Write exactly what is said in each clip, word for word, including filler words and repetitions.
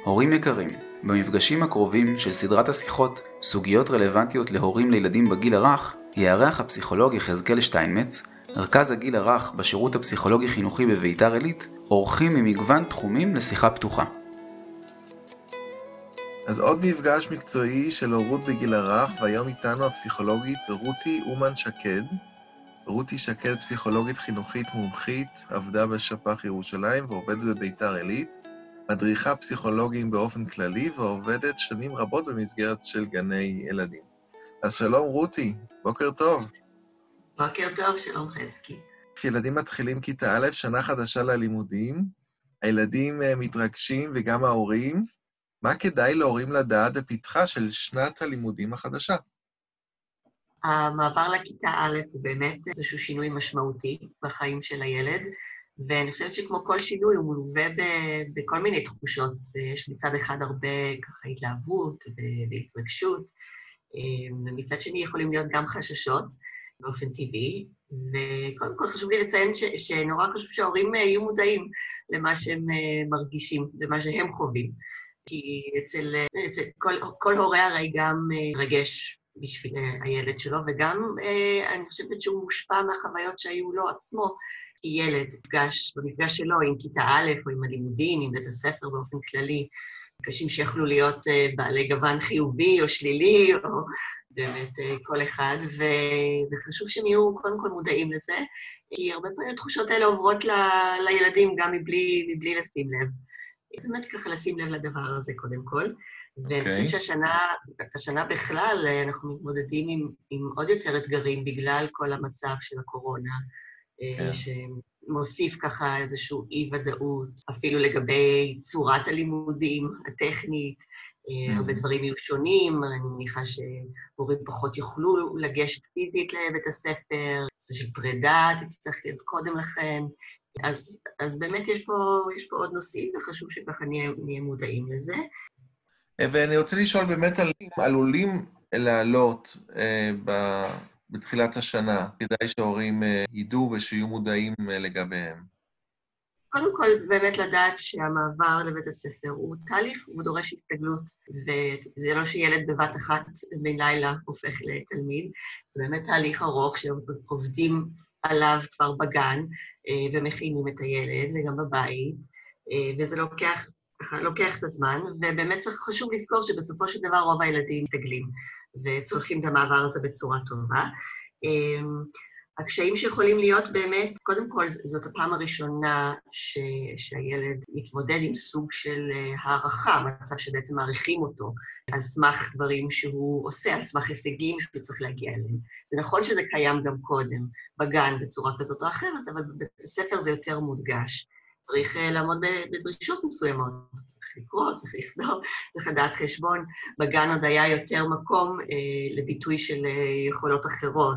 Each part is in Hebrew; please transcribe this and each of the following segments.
הורים יקרים, במפגשים הקרובים של סדרת השיחות סוגיות רלוונטיות להורים לילדים בגיל הרך, יארח הפסיכולוג יחזקאל שטיינמץ, מרכז הגיל הרך בשירות הפסיכולוגי חינוכי בביתר עילית, אורחים ממגוון תחומים לשיחה פתוחה. אז עוד מפגש מקצועי של הורות בגיל הרך, והיום איתנו הפסיכולוגית רותי אומן שקד. רותי שקד פסיכולוגית חינוכית מומחית, עבדה בשפ"ח ירושלים ועובדת בביתר עילית, מדריכה פסיכולוגים באופן כללי ועובדת שנים רבות במסגרת של גני ילדים. אז שלום רותי, בוקר טוב. בוקר טוב, שלום חזקי. ילדים מתחילים כיתה א', שנה חדשה ללימודים, הילדים מתרגשים וגם ההורים. מה כדאי להורים לדעת בפתחה של שנת הלימודים החדשה? המעבר לכיתה א' הוא באמת איזשהו שינוי משמעותי בחיים של הילד, ואני חושבת שכמו כל שינוי הוא מלווה ב- בכל מיני תחושות. יש מצד אחד הרבה ככה התלהבות והתרגשות, ומצד שני יכולים להיות גם חששות באופן טבעי, וקודם כל חשוב לי לציין ש- שנורא חשוב שההורים יהיו מודעים למה שהם מרגישים, למה שהם חווים. כי אצל, אצל כל, כל הורה הרי גם רגש בשביל הילד שלו, וגם אני חושבת שהוא מושפע מהחוויות שהיו לו עצמו, כי ילד נפגש במפגש שלו עם כיתה א' או עם הלימודים, עם בית הספר באופן כללי, קשים שיכלו להיות בעלי גוון חיובי או שלילי, או באמת כל אחד, ו, וחשוב שהם יהיו קודם כל מודעים לזה, כי הרבה פעמים התחושות האלה עוברות ל, לילדים גם מבלי, מבלי לשים לב. זה באמת ככה לשים לב לדבר הזה קודם כל, ואני okay. חושבת שהשנה, השנה בכלל אנחנו מתמודדים עם, עם עוד יותר אתגרים בגלל כל המצב של הקורונה, okay. שמוסיף ככה איזשהו אי-ודאות, אפילו לגבי צורת הלימודים הטכנית, mm-hmm. הרבה דברים יהיו שונים, אני מניחה שהורים פחות יוכלו לגשת פיזית לבית הספר, זה של פרידה, תצטרך להיות קודם לכן, אז, אז באמת יש פה, יש פה עוד נושאים, וחשוב שככה נהיה, נהיה מודעים לזה. ואני רוצה לשאול באמת על עלולים לעלות אה, ב, בתחילת השנה, כדאי שההורים אה, ידעו ושיהיו מודעים אה, לגביהם. קודם כל, באמת לדעת שהמעבר לבית הספר הוא תהליך, הוא דורש הסתגלות, וזה לא שילד בבת אחת בין לילה הופך לתלמיד, זה באמת תהליך ארוך שעובדים עליו כבר בגן, ומכינים את הילד, וגם בבית, וזה לוקח, לוקח את הזמן, ובאמת צריך חשוב לזכור שבסופו של דבר רוב הילדים מסתגלים, וצולחים את המעבר הזה בצורה טובה. הקשיים שיכולים להיות באמת, קודם כל, זאת הפעם הראשונה ש... שהילד מתמודד עם סוג של הערכה, מצב שבעצם מעריכים אותו, על סמך דברים שהוא עושה, על סמך הישגים שהוא צריך להגיע אליהם. זה נכון שזה קיים גם קודם, בגן בצורה כזאת או אחרת, אבל בבית הספר זה יותר מודגש. צריך לעמוד בדרישות מסוימות, צריך לקרוא, צריך לכתוב, צריך לדעת חשבון. בגן עוד היה יותר מקום אה, לביטוי של אה, יכולות אחרות,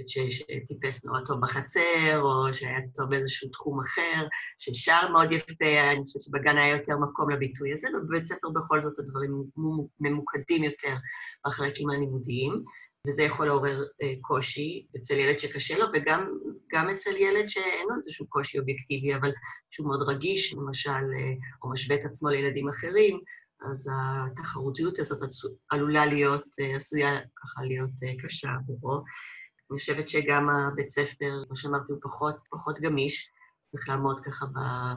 שטיפס נורא טוב בחצר, או שהיה טוב באיזשהו תחום אחר, ששר מאוד יפה, אני חושבת שבגן היה יותר מקום לביטוי הזה, ובבית ספר בכל זאת הדברים ממוקדים יותר בחלקים הלימודיים, וזה יכול לעורר אה, קושי אצל ילד שקשה לו, וגם גם אצל ילד שאין לו איזשהו קושי אובייקטיבי, אבל שהוא מאוד רגיש, למשל, אה, או משווה את עצמו לילדים אחרים, אז התחרותיות הזאת עלולה להיות, אה, עשויה ככה להיות אה, קשה עבורו. אני חושבת שגם הבית ספר, כמו שאמרתי, הוא פחות, פחות גמיש, צריך לעמוד ככה ב, אה,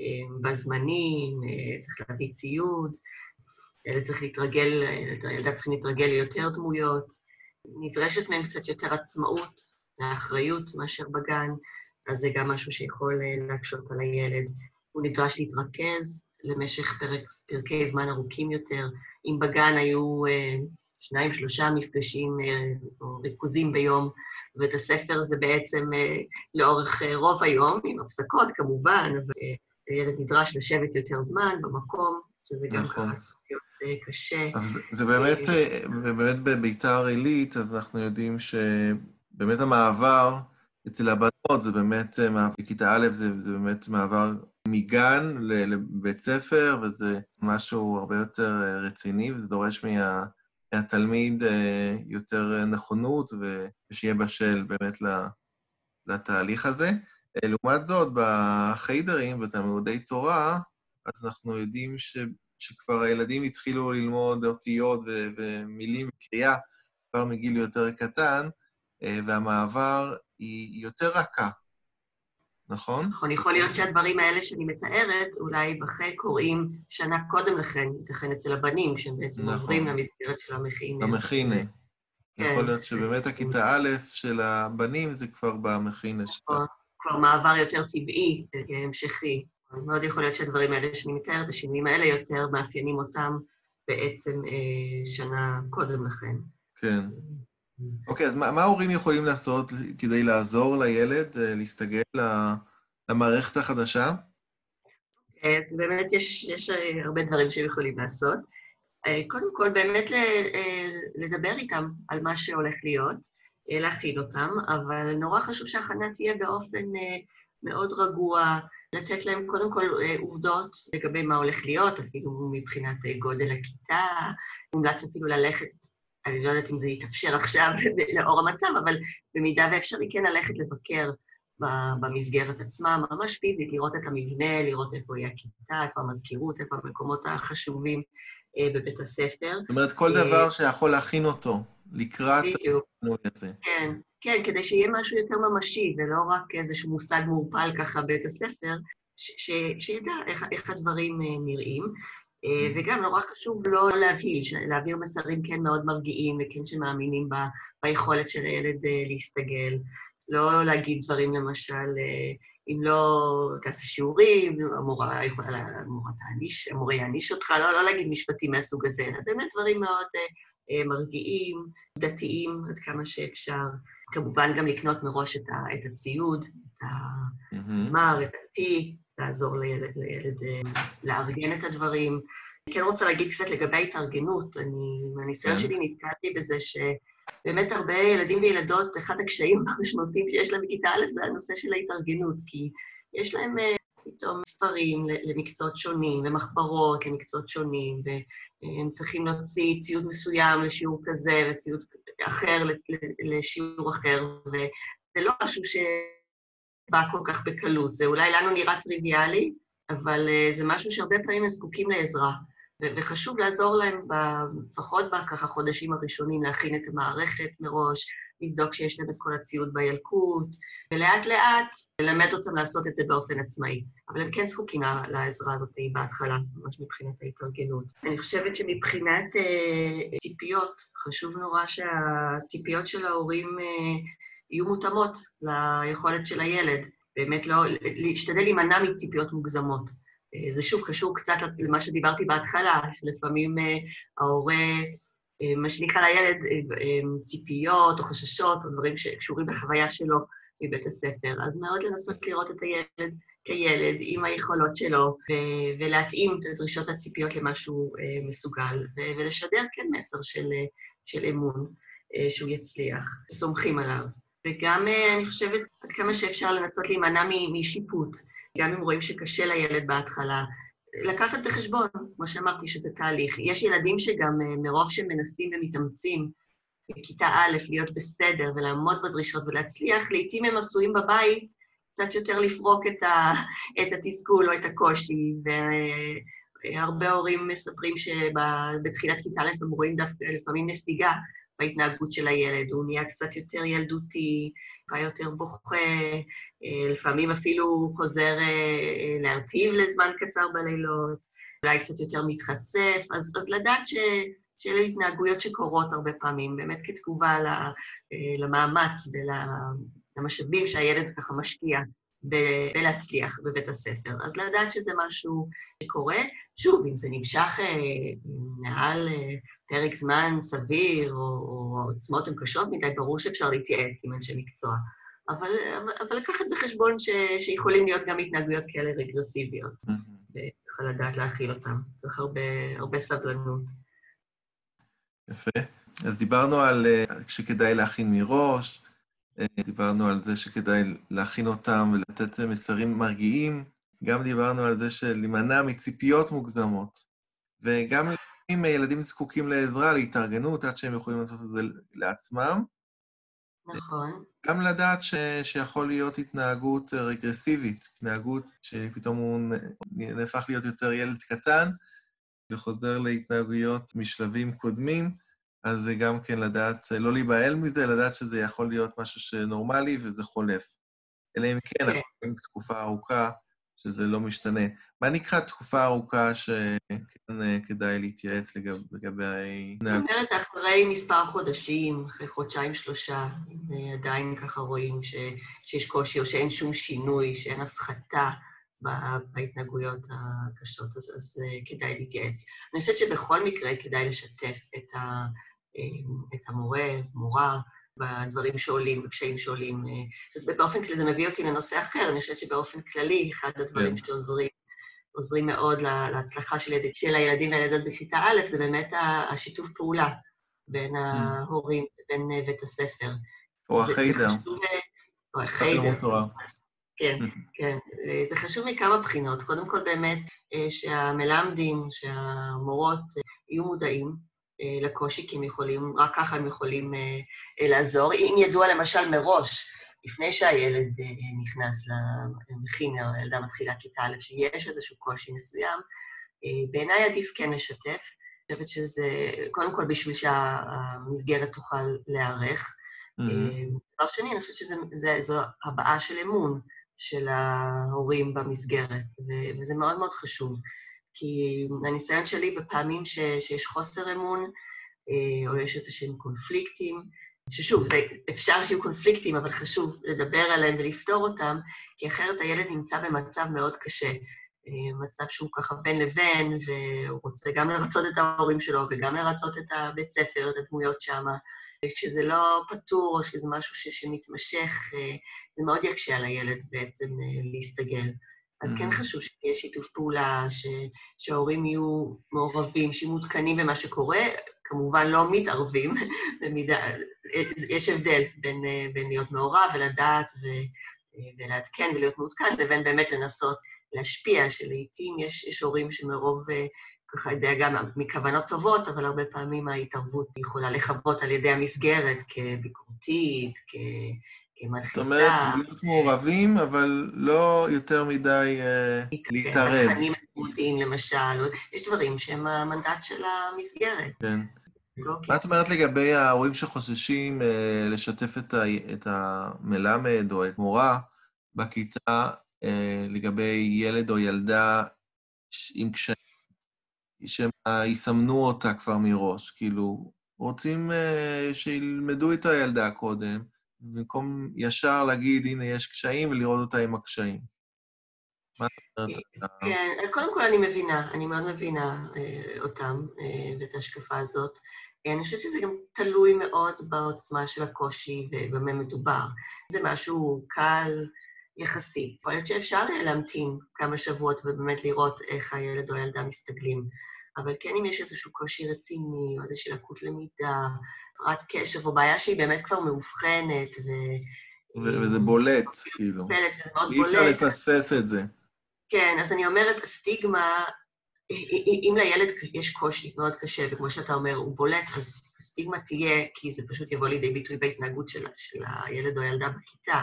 בזמנים, אה, צריך להביא ציוד, ילד צריך להתרגל, ילדה צריכים להתרגל ליותר דמויות, נדרשת מהם קצת יותר עצמאות ואחריות מאשר בגן, אז זה גם משהו שיכול להקשות על הילד. הוא נדרש להתרכז למשך פרק, פרקי זמן ארוכים יותר. אם בגן היו שניים, שלושה מפגשים או ריכוזים ביום, בבית הספר זה בעצם לאורך רוב היום, עם הפסקות כמובן, אבל הילד נדרש לשבת יותר זמן במקום, שזה גם נכון. ככה סוגיות קשה. אבל זה, זה באמת, באמת בביתר עילית, אז אנחנו יודעים שבאמת המעבר אצל הבנות, זה באמת, בכיתה א', זה, זה באמת מעבר מגן לבית ספר, וזה משהו הרבה יותר רציני, וזה דורש מה, מהתלמיד יותר נכונות, ושיהיה בשל באמת לתהליך הזה. לעומת זאת, בחיידרים ובתלמודי תורה, אז אנחנו יודעים ש... שכבר הילדים התחילו ללמוד אותיות ו- ומילים וקריאה כבר מגיל יותר קטן, והמעבר היא יותר רכה, נכון? נכון, יכול להיות שהדברים האלה שאני מתארת, אולי בחק קוראים שנה קודם לכן, ייתכן אצל הבנים, שהם בעצם נכון. עוברים למסגרת של המכינה. במכינה. כן. יכול להיות שבאמת הכיתה א' של הבנים זה כבר במכינה שלה. כבר מעבר יותר טבעי, המשכי. מאוד יכול להיות שהדברים האלה שאני מתארת, השינויים האלה יותר מאפיינים אותם בעצם אה, שנה קודם לכן. כן. אוקיי, אז מה, מה ההורים יכולים לעשות כדי לעזור לילד להסתגל למערכת החדשה? אז באמת יש, יש הרבה דברים שהם יכולים לעשות. קודם כל, באמת לדבר איתם על מה שהולך להיות, להכין אותם, אבל נורא חשוב שההכנה תהיה באופן מאוד רגוע, לתת להם קודם כל עובדות לגבי מה הולך להיות, אפילו מבחינת גודל הכיתה, מומלץ אפילו ללכת, אני לא יודעת אם זה יתאפשר עכשיו לאור המצב, אבל במידה ואפשרי כן ללכת לבקר במסגרת עצמה, ממש פיזית, לראות את המבנה, לראות איפה היא הכיתה, איפה המזכירות, איפה המקומות החשובים בבית הספר. זאת אומרת, כל דבר שיכול להכין אותו לקראת השינוי הזה. כן, כן, כדי שיהיה משהו יותר ממשי, ולא רק איזשהו מושג מעורפל ככה בית הספר, שידע איך הדברים נראים. וגם נורא חשוב לא להבהיל, להעביר מסרים כן מאוד מרגיעים, וכן שמאמינים ביכולת של הילד להסתגל. לא להגיד דברים, למשל, אם לא תעשה שיעורים, המורה יכולה, המורה תעניש, המורה יעניש אותך, לא, לא להגיד משפטים מהסוג הזה, אלא באמת דברים מאוד uh, מרגיעים, דתיים, עד כמה שאפשר. כמובן גם לקנות מראש את, ה, את הציוד, את המר, את התיק, לעזור לילד, לילד uh, לארגן את הדברים. אני כן רוצה להגיד קצת לגבי ההתארגנות, אני, מהניסיון שלי נתקלתי בזה ש... באמת הרבה ילדים וילדות, אחד הקשיים המשמעותיים שיש להם בכיתה א' זה הנושא של ההתארגנות, כי יש להם פתאום מספרים למקצועות שונים, ומחברות למקצועות שונים, והם צריכים להוציא ציוד מסוים לשיעור כזה, וציוד אחר לשיעור אחר, וזה לא משהו שבא כל כך בקלות. זה אולי לנו נראה טריוויאלי, אבל זה משהו שהרבה פעמים הם זקוקים לעזרה. וחשוב לעזור להם, לפחות בככה חודשים הראשונים, להכין את המערכת מראש, לבדוק שיש להם את כל הציוד בילקוט, ולאט לאט ללמד אותם לעשות את זה באופן עצמאי. אבל הם כן זקוקים לעזרה הזאת בהתחלה, ממש מבחינת ההתארגנות. אני חושבת שמבחינת אה, ציפיות, חשוב נורא שהציפיות של ההורים אה, יהיו מותאמות ליכולת של הילד. באמת לא, להשתדל להימנע מציפיות מוגזמות. זה שוב קשור קצת למה שדיברתי בהתחלה, שלפעמים ההורה משליך על הילד ציפיות או חששות או דברים שקשורים בחוויה שלו מבית הספר. אז מאוד לנסות לראות את הילד כילד עם היכולות שלו, ולהתאים את הדרישות הציפיות למשהו מסוגל, ולשדר כן מסר של, של אמון שהוא יצליח, סומכים עליו. וגם אני חושבת עד כמה שאפשר לנסות להימנע משיפוט, גם אם רואים שקשה לילד בהתחלה, לקחת בחשבון, כמו שאמרתי, שזה תהליך. יש ילדים שגם מרוב שמנסים ומתאמצים בכיתה א' להיות בסדר ולעמוד בדרישות ולהצליח, לעתים הם עשויים בבית קצת יותר לפרוק את, ה, את התסכול או את הקושי, והרבה הורים מספרים שבתחילת כיתה א' הם רואים דווקא לפעמים נסיגה בהתנהגות של הילד, הוא נהיה קצת יותר ילדותי, יותר בוכה, לפעמים אפילו חוזר להרטיב לזמן קצר בלילות, אולי קצת יותר מתחצף, אז, אז לדעת ש, שאלה התנהגויות שקורות הרבה פעמים, באמת כתגובה למאמץ ולמשאבים שהילד ככה משקיע בלהצליח בבית הספר. אז לדעת שזה משהו שקורה, שוב, אם זה נמשך מעל פרק זמן סביר, או העוצמות הן קשות מדי, ברור שאפשר להתייעץ עם אנשי מקצוע. אבל, אבל, אבל לקחת בחשבון ש, שיכולים להיות גם התנהגויות כאלה רגרסיביות, וככה לדעת להכיל אותם. צריך הרבה, הרבה סבלנות. יפה. אז דיברנו על שכדאי להכין מראש, דיברנו על זה שכדאי להכין אותם ולתת מסרים מרגיעים, גם דיברנו על זה שלהימנע מציפיות מוגזמות, וגם אם ילדים זקוקים לעזרה, להתארגנות, עד שהם יכולים לעשות את זה לעצמם. נכון. גם לדעת ש... שיכול להיות התנהגות רגרסיבית, התנהגות שפתאום הוא נהפך להיות יותר ילד קטן, וחוזר להתנהגויות משלבים קודמים, אז זה גם כן לדעת, לא להיבהל מזה, לדעת שזה יכול להיות משהו שנורמלי וזה חולף. אלא אם כן, אנחנו רואים תקופה ארוכה שזה לא משתנה. מה נקרא תקופה ארוכה שכן כדאי להתייעץ לגבי ההתנהגות? זאת אומרת, אחרי מספר חודשים, אחרי חודשיים שלושה, עדיין ככה רואים ש, שיש קושי או שאין שום שינוי, שאין הפחתה בהתנהגויות הקשות, אז, אז כדאי להתייעץ. אני חושבת שבכל מקרה כדאי לשתף את, ה, את המורה, מורה, בדברים שעולים, בקשיים שעולים. אז באופן כללי זה מביא אותי לנושא אחר, אני חושבת שבאופן כללי, אחד הדברים yeah. שעוזרים, עוזרים מאוד להצלחה של, ילד, של הילדים והילדות בכיתה א', זה באמת השיתוף פעולה בין ההורים ובין בית הספר. או החיידר. או החיידר. כן, כן. זה חשוב מכמה בחינות. קודם כל באמת שהמלמדים, שהמורות יהיו מודעים לקושי, כי הם יכולים, רק ככה הם יכולים לעזור. אם ידוע למשל מראש, לפני שהילד נכנס למכין, או הילדה מתחילה כיתה א', שיש איזשהו קושי מסוים, בעיניי עדיף כן לשתף. אני חושבת שזה, קודם כל בשביל שהמסגרת תוכל להיערך. דבר שני, אני חושבת שזו הבעה של אמון של ההורים במסגרת, וזה מאוד מאוד חשוב. כי הניסיון שלי בפעמים שיש חוסר אמון, או יש איזשהם קונפליקטים, ששוב, זה אפשר שיהיו קונפליקטים, אבל חשוב לדבר עליהם ולפתור אותם, כי אחרת הילד נמצא במצב מאוד קשה, מצב שהוא ככה בין לבין, והוא רוצה גם לרצות את ההורים שלו, וגם לרצות את הבית ספר, את הדמויות שם. כשזה לא פתור, או שזה משהו ש- שמתמשך, זה מאוד יקשה על הילד בעצם להסתגל. אז כן חשוב שיהיה שיתוף פעולה, ש- שההורים יהיו מעורבים, שיהיו מותקנים במה שקורה, כמובן לא מתערבים, במידה, יש הבדל בין, בין להיות מעורב ולדעת ו- ולעדכן ולהיות מעודכן, לבין באמת לנסות להשפיע, שלעיתים יש, יש הורים שמרוב ככה דאגה מכוונות טובות, אבל הרבה פעמים ההתערבות יכולה לחוות על ידי המסגרת כביקורתית, כ... כמלחיצה. זאת אומרת, להיות מעורבים, אבל לא יותר מדי uh, להתערב. בתכנים התמודיים למשל, יש דברים שהם המנדט של המסגרת. כן. Okay. מה את אומרת לגבי ההורים שחוששים uh, לשתף את, ה... את המלמד או את מורה בכיתה, uh, לגבי ילד או ילדה עם קשיים, שהם יסמנו אותה כבר מראש, כאילו, רוצים uh, שילמדו את הילדה קודם, במקום ישר להגיד, הנה, יש קשיים, ולראות אותה עם הקשיים. מה את אומרת? כן, קודם כל אני מבינה, אני מאוד מבינה uh, אותם uh, ואת ההשקפה הזאת. אני חושבת שזה גם תלוי מאוד בעוצמה של הקושי ובמה מדובר. זה משהו קל יחסית. יכול להיות שאפשר להמתין כמה שבועות ובאמת לראות איך הילד או הילדה מסתגלים. אבל כן, אם יש איזשהו קושי רציני, או איזושהי לקות למידה, הפרעת קשב, או בעיה שהיא באמת כבר מאובחנת, ו... וזה בולט, כאילו. בולט, וזה מאוד אי בולט. אפשר לפספס את זה. כן, אז אני אומרת, הסטיגמה, אם לילד יש קושי מאוד קשה, וכמו שאתה אומר, הוא בולט, אז הסטיגמה תהיה, כי זה פשוט יבוא לידי ביטוי בהתנהגות של, של הילד או הילדה בכיתה,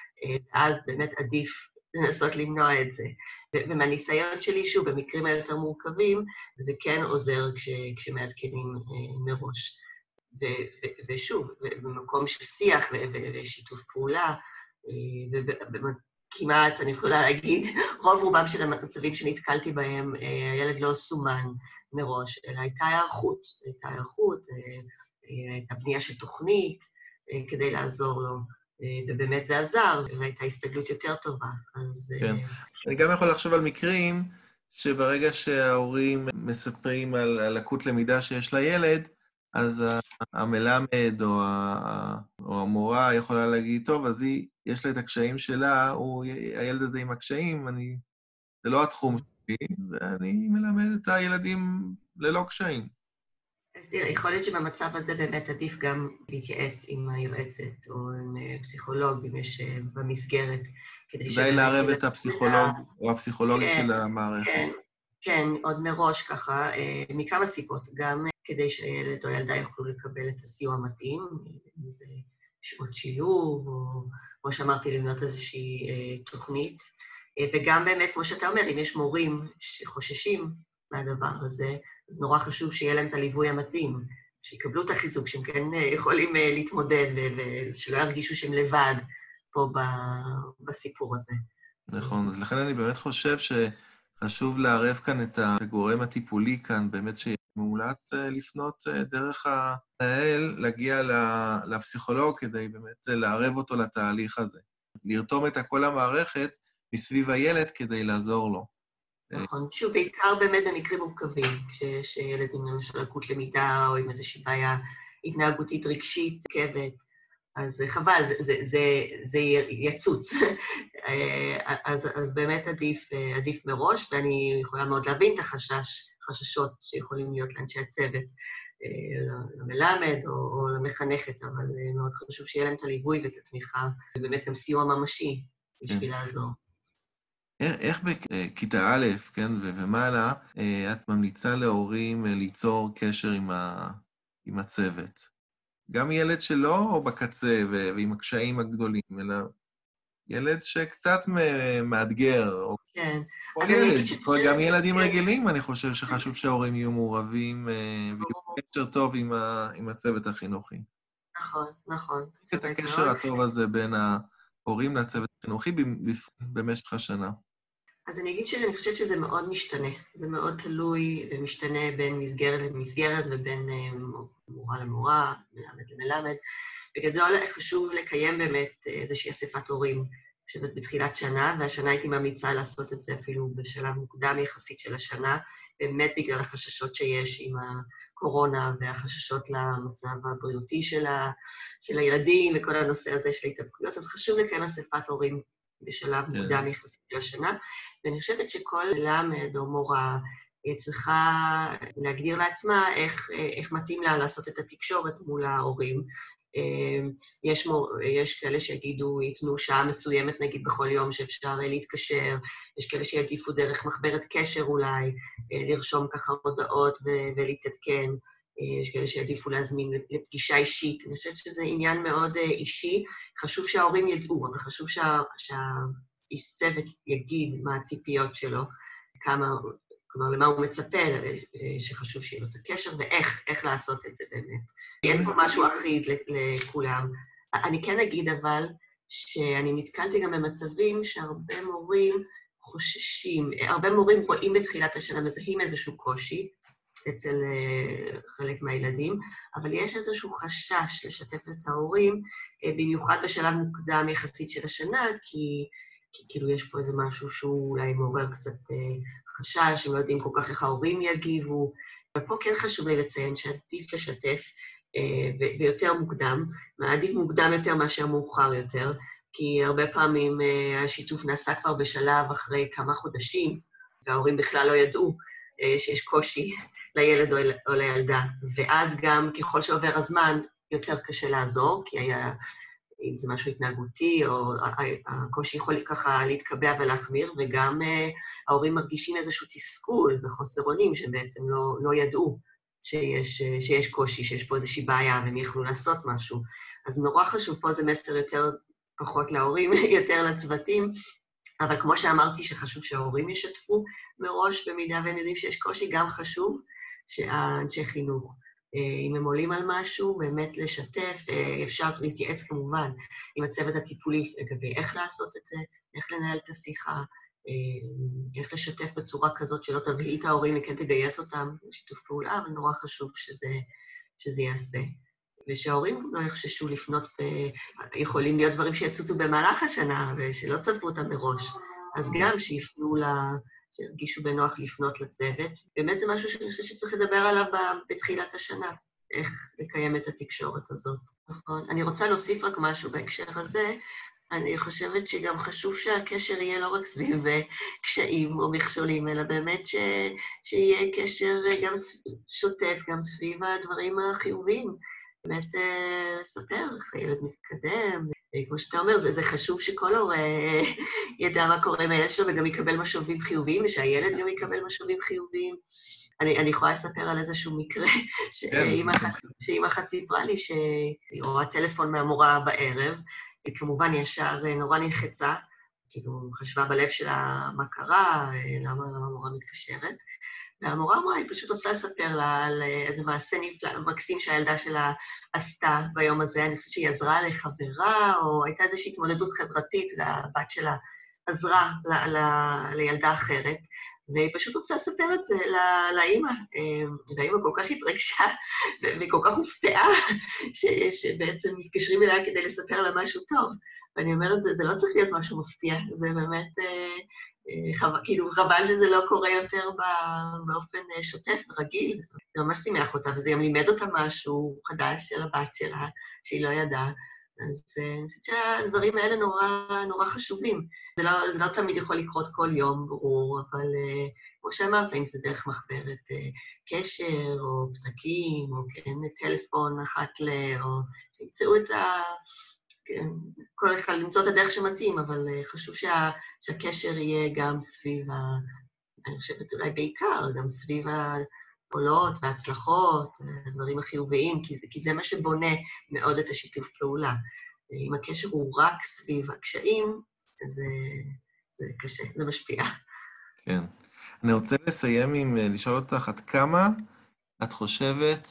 אז באמת עדיף לנסות למנוע את זה. ומהניסיון שלי, שוב, במקרים היותר מורכבים, זה כן עוזר כש, כשמעדכנים מראש. ו, ו, ושוב, במקום של שיח ו, ו, ושיתוף פעולה, וכמעט, אני יכולה להגיד, רוב רובם של המצבים שנתקלתי בהם, הילד לא סומן מראש, אלא הייתה הערכות, הייתה הערכות, הייתה בנייה של תוכנית כדי לעזור לו. ובאמת זה עזר, והייתה הסתגלות יותר טובה. אז... כן. אני גם יכול לחשוב על מקרים שברגע שההורים מספרים על לקות למידה שיש לילד, אז המלמד או, ה... או המורה יכולה להגיד, טוב, אז היא, יש לה את הקשיים שלה, הוא, הילד הזה עם הקשיים, אני, זה לא התחום שלי, ואני מלמד את הילדים ללא קשיים. אז תראה, יכול להיות שבמצב הזה באמת עדיף גם להתייעץ עם היועצת או עם פסיכולוג, אם יש במסגרת, כדי כדאי לערב את הפסיכולוג או הפסיכולוגית של המערכת. כן, כן, עוד מראש ככה, מכמה סיבות, גם כדי שהילד או הילדה יוכלו לקבל את הסיוע המתאים, אם זה שעות שילוב, או כמו שאמרתי, לבנות איזושהי תוכנית, וגם באמת, כמו שאתה אומר, אם יש מורים שחוששים מהדבר הזה, אז נורא חשוב שיהיה להם את הליווי המתאים, שיקבלו את החיזוק, שהם כן יכולים להתמודד, ושלא ירגישו שהם לבד פה בסיפור הזה. נכון, אז לכן אני באמת חושב שחשוב לערב כאן את הגורם הטיפולי כאן, באמת שמומלץ לפנות דרך המנהל, להגיע לפסיכולוג כדי באמת לערב אותו לתהליך הזה. לרתום את כל המערכת מסביב הילד כדי לעזור לו. נכון, שוב, בעיקר באמת במקרים מורכבים, כשיש ילד עם למשל לקות למידה או עם איזושהי בעיה התנהגותית רגשית, כבת, אז חבל, זה, זה, זה, זה יצוץ. אז, אז באמת עדיף, עדיף מראש, ואני יכולה מאוד להבין את החשש, חששות שיכולים להיות לאנשי הצוות, למלמד או, או למחנכת, אבל מאוד חשוב שיהיה להם את הליווי ואת התמיכה, ובאמת גם סיוע ממשי בשביל לעזור. איך בכיתה א', כן, ומעלה, את ממליצה להורים ליצור קשר עם, ה, עם הצוות? גם ילד שלא בקצה ועם הקשיים הגדולים, אלא ילד שקצת מאתגר, או כן. כל ילד, גם ילדים רגילים, אני חושב שחשוב שההורים יהיו מעורבים, ויהיו קשר טוב עם, ה, עם הצוות החינוכי. נכון, נכון. את הקשר הטוב הזה בין ההורים לצוות החינוכי במשך השנה. אז אני אגיד שאני חושבת שזה מאוד משתנה. זה מאוד תלוי ומשתנה בין מסגרת למסגרת ובין מורה למורה, מלמד למלמד. בגדול חשוב לקיים באמת איזושהי אספת הורים, חושבת בתחילת שנה, והשנה הייתי ממליצה לעשות את זה אפילו בשלב מוקדם יחסית של השנה, באמת בגלל החששות שיש עם הקורונה והחששות למצב הבריאותי של, ה, של הילדים וכל הנושא הזה של ההתאבקויות, אז חשוב לקיים אספת הורים בשלב מוקדם יחסית של השנה, ואני חושבת שכל מלמד או מורה צריכה להגדיר לעצמה איך, איך מתאים לה לעשות את התקשורת מול ההורים. יש, מור, יש כאלה שיגידו, ייתנו שעה מסוימת נגיד בכל יום שאפשר להתקשר, יש כאלה שיעדיפו דרך מחברת קשר אולי, לרשום ככה הודעות ולהתעדכן, יש כאלה שיעדיפו להזמין לפגישה אישית. אני חושבת שזה עניין מאוד אישי, חשוב שההורים ידעו, אבל חשוב שה, שהאיש צוות יגיד מה הציפיות שלו, כמה, כלומר, למה הוא מצפה, שחשוב שיהיה לו את הקשר, ואיך, איך לעשות את זה באמת. אין פה משהו אחיד לכולם. אני כן אגיד אבל, שאני נתקלתי גם במצבים שהרבה מורים חוששים, הרבה מורים רואים בתחילת השנה, מזהים איזשהו קושי, אצל חלק מהילדים, אבל יש איזשהו חשש לשתף את ההורים, במיוחד בשלב מוקדם יחסית של השנה, כי, כי כאילו יש פה איזה משהו שהוא אולי מעורר קצת חשש, הם לא יודעים כל כך איך ההורים יגיבו, ופה כן חשוב לי לציין שעדיף לשתף, ויותר מוקדם, עדיף מוקדם יותר מאשר מאוחר יותר, כי הרבה פעמים השיתוף נעשה כבר בשלב אחרי כמה חודשים, וההורים בכלל לא ידעו, שיש קושי לילד או לילדה, ואז גם ככל שעובר הזמן יותר קשה לעזור, כי היה, אם זה משהו התנהגותי, או הקושי יכול ככה להתקבע ולהחמיר, וגם ההורים מרגישים איזשהו תסכול וחוסר אונים, שבעצם לא, לא ידעו שיש, שיש קושי, שיש פה איזושהי בעיה, והם יכלו לעשות משהו. אז נורא חשוב פה זה מסר יותר פחות להורים, יותר לצוותים, אבל כמו שאמרתי שחשוב שההורים ישתפו מראש, במידה והם יודעים שיש קושי, גם חשוב שהאנשי חינוך, אם הם עולים על משהו, באמת לשתף, אפשר להתייעץ כמובן עם הצוות הטיפולי לגבי איך לעשות את זה, איך לנהל את השיחה, איך לשתף בצורה כזאת שלא תבהיל את ההורים, וכן תגייס אותם לשיתוף פעולה, אבל נורא חשוב שזה, שזה יעשה. ושההורים לא יחששו לפנות, ב... יכולים להיות דברים שיצוצו במהלך השנה, ושלא צפו אותם מראש. אז גם שיפנו, לה... שירגישו בנוח לפנות לצוות. באמת זה משהו שאני חושבת שצריך לדבר עליו בתחילת השנה, איך לקיים את התקשורת הזאת. נכון. אני רוצה להוסיף רק משהו בהקשר הזה, אני חושבת שגם חשוב שהקשר יהיה לא רק סביב קשיים או מכשולים, אלא באמת ש... שיהיה קשר גם שוטף, גם סביב הדברים החיוביים. באמת לספר איך הילד מתקדם, כמו שאתה אומר, זה, זה חשוב שכל הורה ידע מה קורה עם הילד שלו וגם יקבל משאבים חיוביים, ושהילד גם יקבל משאבים חיוביים. אני, אני יכולה לספר על איזשהו מקרה, שאמא אחת סיפרה לי שהיא רואה טלפון מהמורה בערב, היא כמובן ישר נורא נלחצה, כאילו חשבה בלב שלה מה קרה, למה, למה המורה מתקשרת. והמורה אמרה, היא פשוט רוצה לספר לה על איזה מעשה נפלא, מקסים שהילדה שלה עשתה ביום הזה. אני חושבת שהיא עזרה לחברה, או הייתה איזושהי התמודדות חברתית, והבת שלה עזרה ל- ל- לילדה אחרת, והיא פשוט רוצה לספר את זה לא- לאמא. והאמא כל כך התרגשה, ו- וכל כך הופתעה, ש- שבעצם מתקשרים אליה כדי לספר לה משהו טוב. ואני אומרת, זה, זה לא צריך להיות משהו מפתיע, זה באמת... חבל, כאילו, חבל שזה לא קורה יותר באופן שוטף ורגיל. זה ממש שימח אותה, וזה גם לימד אותה משהו חדש של הבת שלה, שהיא לא ידעה. אז אני חושבת שהדברים האלה נורא, נורא חשובים. זה לא, זה לא תמיד יכול לקרות כל יום, ברור, אבל כמו שאמרת, אם זה דרך מחברת קשר, או פתקים, או כן, טלפון אחת ל... או שימצאו את ה... כן, כל אחד למצוא את הדרך שמתאים, אבל חשוב שה, שהקשר יהיה גם סביב, ה, אני חושבת אולי בעיקר, גם סביב העולות וההצלחות, הדברים החיוביים, כי זה, כי זה מה שבונה מאוד את השיתוף פעולה. אם הקשר הוא רק סביב הקשיים, זה, זה קשה, זה משפיע. כן. אני רוצה לסיים עם לשאול אותך עד כמה את חושבת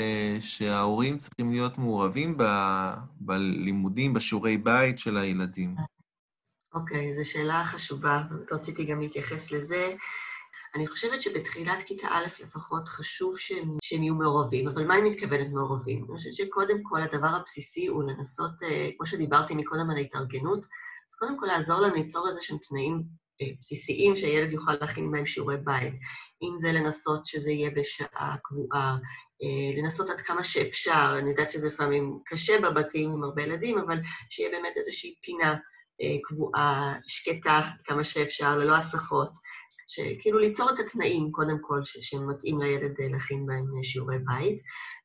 שההורים צריכים להיות מעורבים ב- בלימודים, בשיעורי בית של הילדים. אוקיי, זו שאלה חשובה, רציתי גם להתייחס לזה. אני חושבת שבתחילת כיתה א' לפחות חשוב שהם, שהם יהיו מעורבים, אבל מה אני מתכוונת מעורבים? אני חושבת שקודם כל הדבר הבסיסי הוא לנסות, כמו שדיברתי מקודם על ההתארגנות, אז קודם כל לעזור להם ליצור איזה שהם תנאים בסיסיים שהילד יוכל להכין בהם שיעורי בית. אם זה לנסות שזה יהיה בשעה קבועה, לנסות עד כמה שאפשר, אני יודעת שזה לפעמים קשה בבתים עם הרבה ילדים, אבל שיהיה באמת איזושהי פינה קבועה, שקטה, עד כמה שאפשר, ללא הסחות, שכאילו ליצור את התנאים, קודם כל, שמתאים לילד להכין בהם שיעורי בית.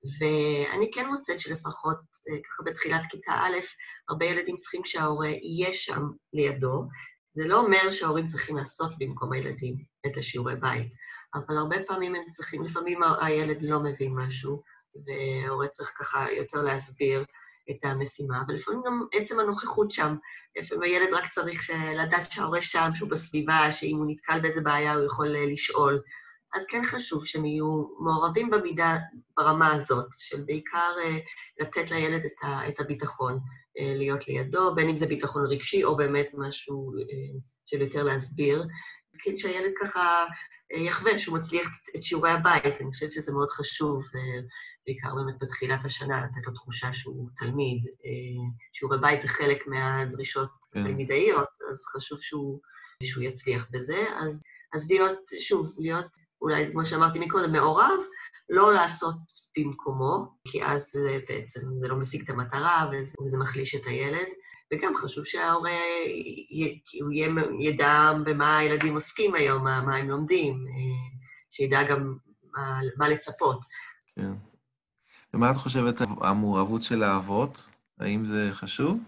ואני כן מוצאת שלפחות, ככה בתחילת כיתה א', הרבה ילדים צריכים שההורה יהיה שם לידו. זה לא אומר שההורים צריכים לעשות במקום הילדים את השיעורי בית, אבל הרבה פעמים הם צריכים, לפעמים הילד לא מבין משהו, וההורה צריך ככה יותר להסביר את המשימה, ולפעמים גם עצם הנוכחות שם, לפעמים הילד רק צריך לדעת שההורה שם, שהוא בסביבה, שאם הוא נתקל באיזה בעיה הוא יכול לשאול. אז כן חשוב שהם יהיו מעורבים במידה ברמה הזאת, של בעיקר לתת לילד את הביטחון, להיות לידו, בין אם זה ביטחון רגשי או באמת משהו של יותר להסביר, כן שהילד ככה יחווה שהוא מצליח את שיעורי הבית. אני חושבת שזה מאוד חשוב, בעיקר באמת בתחילת השנה, לתת לו תחושה שהוא תלמיד. שיעורי בית זה חלק מהדרישות התלמידאיות, אז חשוב שהוא, שהוא יצליח בזה. אז, אז להיות, שוב, להיות, אולי כמו שאמרתי מקודם, מעורב, לא לעשות במקומו, כי אז בעצם זה לא משיג את המטרה וזה, וזה מחליש את הילד. וגם חשוב שההורה הוא ידע במה הילדים עוסקים היום, מה, מה הם לומדים, שידע גם מה, מה לצפות. כן. ומה את חושבת המעורבות של האבות? האם זה חשוב?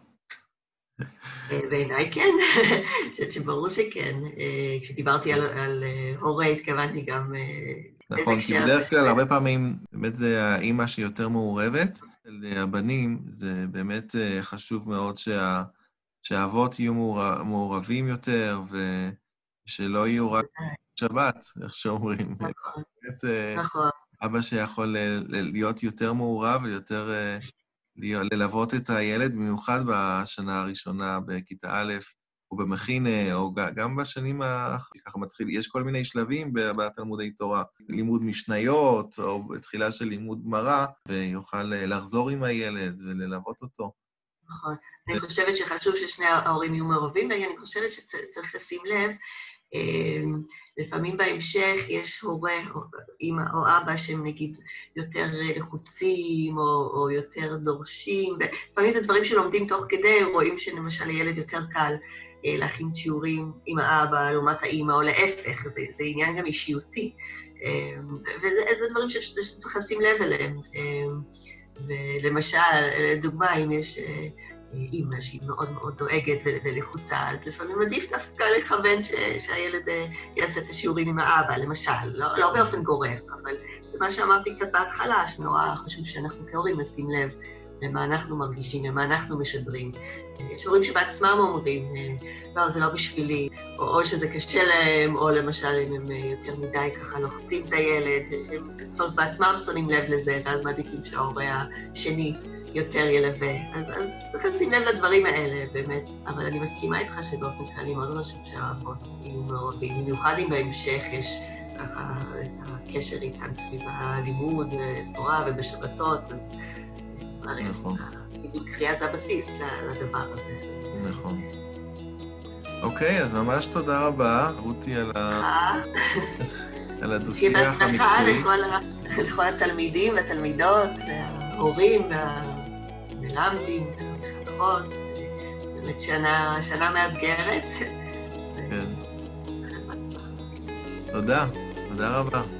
בעיניי כן, אני חושבת שברור שכן. כשדיברתי על, על הורה, התכוונתי גם... נכון, כי בדרך כלל הרבה פעמים באמת זה האמא שיותר מעורבת. לבנים זה באמת חשוב מאוד שה, שהאבות יהיו מעורבים יותר, ושלא יהיו רק שבת, איך שאומרים. נכון, באמת, נכון. אבא שיכול להיות יותר מעורב ויותר ללוות את הילד, במיוחד בשנה הראשונה בכיתה א', או במכין, או גם בשנים ככה מתחיל, יש כל מיני שלבים בתלמודי תורה, לימוד משניות, או בתחילה של לימוד גמרא, ויוכל לחזור עם הילד וללוות אותו. נכון. אני חושבת שחשוב ששני ההורים יהיו מעורבים, ואני חושבת שצריך לשים לב, לפעמים בהמשך יש הורה, אמא או אבא שהם נגיד יותר לחוצים או, או יותר דורשים, ולפעמים זה דברים שלומדים תוך כדי, רואים שלמשל לילד יותר קל להכין שיעורים עם האבא לעומת האמא או להפך, זה, זה עניין גם אישיותי, וזה דברים שצריך לשים לב אליהם. ולמשל, לדוגמה, אם יש אימא שהיא מאוד מאוד דואגת ולחוצה, אז לפעמים עדיף דווקא לכוון שהילד יעשה את השיעורים עם האבא, למשל, לא, לא באופן גורף, אבל זה מה שאמרתי קצת בהתחלה, שנורא חשוב שאנחנו כהורים נשים לב למה אנחנו מרגישים, למה אנחנו משדרים. יש הורים שבעצמם אומרים, לא, זה לא בשבילי, או, או שזה קשה להם, או למשל אם הם יותר מדי ככה לוחצים את הילד, שהם כבר בעצמם שמים לב לזה, ואז מעדיפים שההורה השני יותר ילווה. אז, אז צריך לשים לב לדברים האלה, באמת. אבל אני מסכימה איתך שבאופן כללי מאוד חשוב שהאבות יהיו מעורבים, במיוחד אם בהמשך יש ככה את הקשר איתן סביב הלימוד, תורה ובשבתות, אז נכון. עיבוד קריאה זה הבסיס לדבר הזה. נכון. אוקיי, אז ממש תודה רבה, רותי, על ה... על הדו-שיח המקצועי. לכל התלמידים והתלמידות, וההורים, והמלמדים, והמחנכות. באמת שנה מאתגרת. כן. תודה, תודה רבה.